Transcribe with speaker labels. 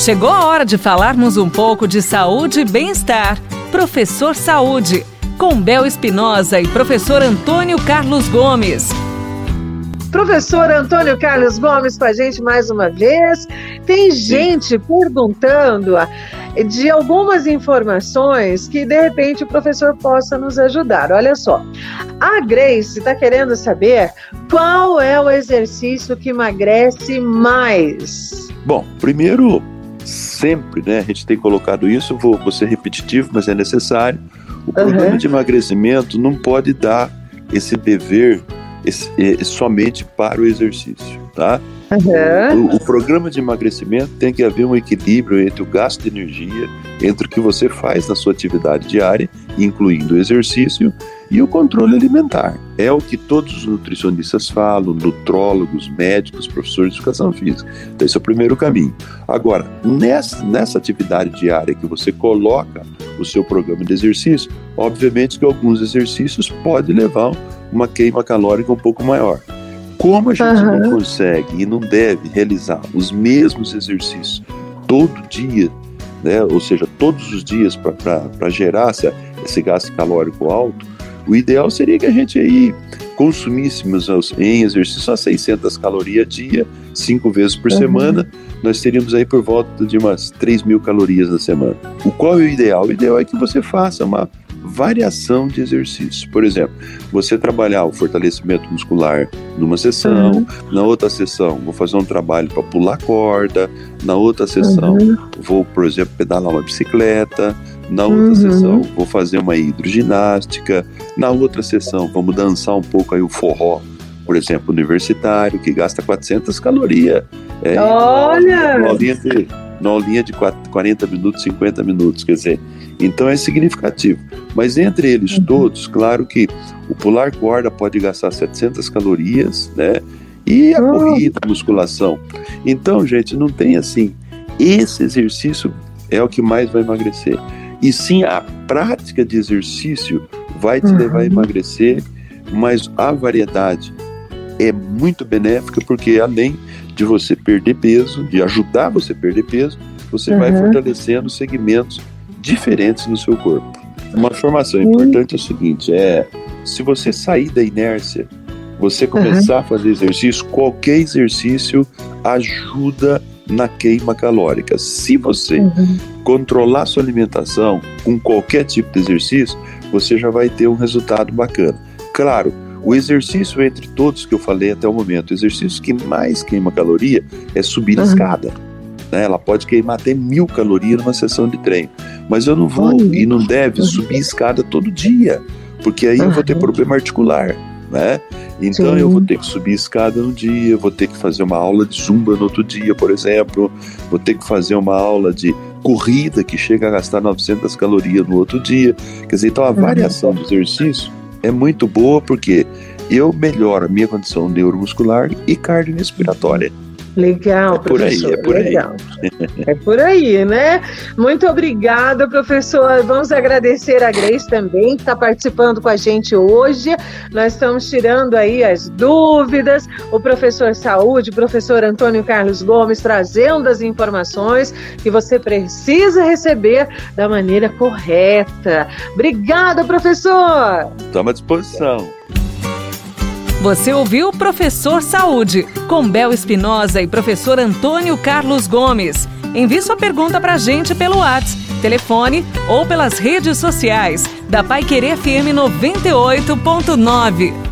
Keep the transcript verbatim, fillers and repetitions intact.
Speaker 1: Chegou a hora de falarmos um pouco de saúde e bem-estar. Professor Saúde, com Bel Espinosa e professor Antônio Carlos Gomes.
Speaker 2: Professor Antônio Carlos Gomes com a gente mais uma vez. Tem gente perguntando de algumas informações que de repente o professor possa nos ajudar. Olha só, a Grace está querendo saber qual é o exercício que emagrece mais.
Speaker 3: Bom, primeiro, sempre, né, a gente tem colocado isso, vou, vou ser repetitivo, mas é necessário. O programa uhum. de emagrecimento não pode dar esse dever esse, esse, somente para o exercício, tá? Uhum. O, o programa de emagrecimento tem que haver um equilíbrio entre o gasto de energia, entre o que você faz na sua atividade diária, incluindo o exercício, e o controle alimentar. É o que todos os nutricionistas falam, nutrólogos, médicos, professores de educação física. Então esse é o primeiro caminho. Agora, nessa, nessa atividade diária que você coloca o seu programa de exercício, obviamente que alguns exercícios podem levar uma queima calórica um pouco maior. Como a gente uhum. não consegue e não deve realizar os mesmos exercícios todo dia, né? Ou seja, todos os dias para gerar essa, esse gasto calórico alto, o ideal seria que a gente aí consumíssemos em exercício a seiscentas calorias a dia, cinco vezes por uhum. semana, nós teríamos aí por volta de umas três mil calorias na semana. O qual é o ideal? O ideal é que você faça uma variação de exercícios. Por exemplo, você trabalhar o fortalecimento muscular numa sessão, uhum. na outra sessão vou fazer um trabalho para pular corda, na outra sessão uhum. vou, por exemplo, pedalar uma bicicleta, na outra uhum. sessão vou fazer uma hidroginástica, na outra sessão vamos dançar um pouco aí o forró, por exemplo, universitário, que gasta quatrocentas calorias. É,
Speaker 2: Olha!
Speaker 3: Uma aulinha de, uma aulinha de quarenta minutos, cinquenta minutos, quer dizer, então é significativo. Mas entre eles uhum. todos, claro que o pular corda pode gastar setecentas calorias, né? E a uhum. corrida, a musculação. Então, gente, não tem assim, esse exercício é o que mais vai emagrecer. E sim, a prática de exercício vai te uhum. levar a emagrecer, mas a variedade é muito benéfica, porque além de você perder peso, de ajudar você a perder peso, você uhum. vai fortalecendo segmentos diferentes no seu corpo. Uma informação uhum. importante é o seguinte, é, se você sair da inércia, você começar uhum. a fazer exercício, qualquer exercício ajuda na queima calórica. Se você uhum. controlar sua alimentação com qualquer tipo de exercício, você já vai ter um resultado bacana. Claro, o exercício entre todos que eu falei até o momento, o exercício que mais queima caloria é subir uhum. a escada. Né? Ela pode queimar até mil calorias numa sessão de treino. Mas eu não vou uhum. e não deve uhum. subir escada todo dia, porque aí uhum. eu vou ter problema articular. Né? Então Sim. eu vou ter que subir escada um dia, eu vou ter que fazer uma aula de zumba no outro dia, por exemplo, vou ter que fazer uma aula de corrida que chega a gastar novecentas calorias no outro dia. Quer dizer, então a variação do exercício é muito boa, porque eu melhoro a minha condição neuromuscular e cardiorrespiratória.
Speaker 2: Legal,
Speaker 3: é por
Speaker 2: professor.
Speaker 3: Aí, é por
Speaker 2: legal.
Speaker 3: aí.
Speaker 2: É por aí, né? Muito obrigada, professor. Vamos agradecer a Grace também, que está participando com a gente hoje. Nós estamos tirando aí as dúvidas. O professor Saúde, o professor Antônio Carlos Gomes, trazendo as informações que você precisa receber da maneira correta. Obrigada, professor!
Speaker 3: Estamos à disposição.
Speaker 1: Você ouviu Professor Saúde, com Bel Espinosa e professor Antônio Carlos Gomes. Envie sua pergunta pra gente pelo WhatsApp, telefone ou pelas redes sociais da Paiquerê F M noventa e oito ponto nove.